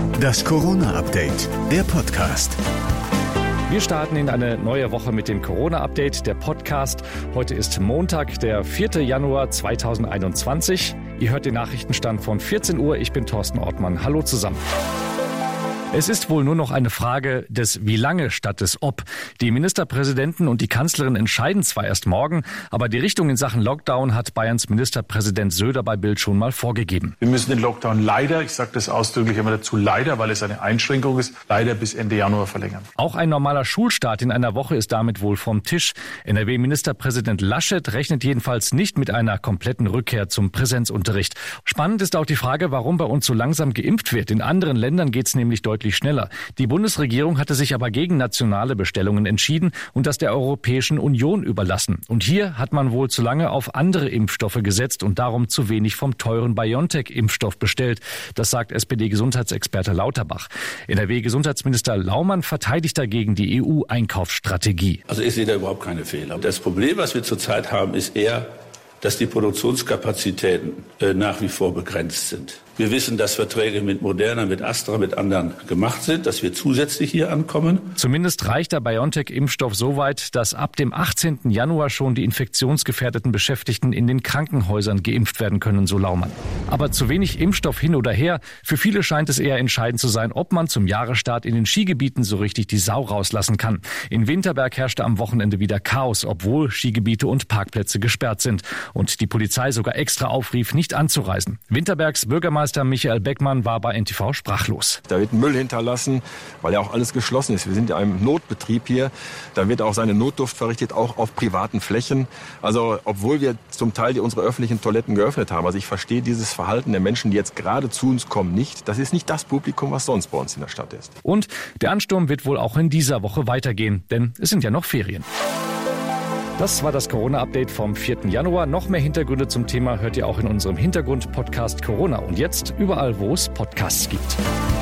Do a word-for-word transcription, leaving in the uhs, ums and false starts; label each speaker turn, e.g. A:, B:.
A: Das Corona-Update, der Podcast.
B: Wir starten in eine neue Woche mit dem Corona-Update, der Podcast. Heute ist Montag, der vierte Januar zweitausendeinundzwanzig. Ihr hört den Nachrichtenstand von vierzehn Uhr. Ich bin Thorsten Ortmann. Hallo zusammen. Es ist wohl nur noch eine Frage des Wie lange statt des Ob. Die Ministerpräsidenten und die Kanzlerin entscheiden zwar erst morgen, aber die Richtung in Sachen Lockdown hat Bayerns Ministerpräsident Söder bei Bild schon mal vorgegeben.
C: Wir müssen den Lockdown leider, ich sage das ausdrücklich immer dazu leider, weil es eine Einschränkung ist, leider bis Ende Januar verlängern.
B: Auch ein normaler Schulstart in einer Woche ist damit wohl vom Tisch. N R W-Ministerpräsident Laschet rechnet jedenfalls nicht mit einer kompletten Rückkehr zum Präsenzunterricht. Spannend ist auch die Frage, warum bei uns so langsam geimpft wird. In anderen Ländern geht es nämlich deutlich schneller. Die Bundesregierung hatte sich aber gegen nationale Bestellungen entschieden und das der Europäischen Union überlassen. Und hier hat man wohl zu lange auf andere Impfstoffe gesetzt und darum zu wenig vom teuren BioNTech-Impfstoff bestellt. Das sagt S P D-Gesundheitsexperte Lauterbach. N R W-Gesundheitsminister Laumann verteidigt dagegen die E U-Einkaufsstrategie.
D: Also ich sehe da überhaupt keine Fehler. Das Problem, was wir zurzeit haben, ist eher, dass die Produktionskapazitäten äh, nach wie vor begrenzt sind. Wir wissen, dass Verträge mit Moderna, mit Astra, mit anderen gemacht sind, dass wir zusätzlich hier ankommen.
B: Zumindest reicht der BioNTech-Impfstoff so weit, dass ab dem achtzehnten Januar schon die infektionsgefährdeten Beschäftigten in den Krankenhäusern geimpft werden können, so Laumann. Aber zu wenig Impfstoff hin oder her. Für viele scheint es eher entscheidend zu sein, ob man zum Jahresstart in den Skigebieten so richtig die Sau rauslassen kann. In Winterberg herrschte am Wochenende wieder Chaos, obwohl Skigebiete und Parkplätze gesperrt sind. Und die Polizei sogar extra aufrief, nicht anzureisen. Winterbergs Bürgermeister Michael Beckmann war bei N T V sprachlos.
E: Da wird Müll hinterlassen, weil ja auch alles geschlossen ist. Wir sind ja im Notbetrieb hier. Da wird auch seine Notdurft verrichtet, auch auf privaten Flächen. Also obwohl wir zum Teil unsere öffentlichen Toiletten geöffnet haben. Also ich verstehe dieses Verhalten der Menschen, die jetzt gerade zu uns kommen, nicht. Das ist nicht das Publikum, was sonst bei uns in der Stadt ist.
B: Und der Ansturm wird wohl auch in dieser Woche weitergehen, denn es sind ja noch Ferien. Das war das Corona-Update vom vierten Januar. Noch mehr Hintergründe zum Thema hört ihr auch in unserem Hintergrund-Podcast Corona. Und jetzt überall, wo es Podcasts gibt.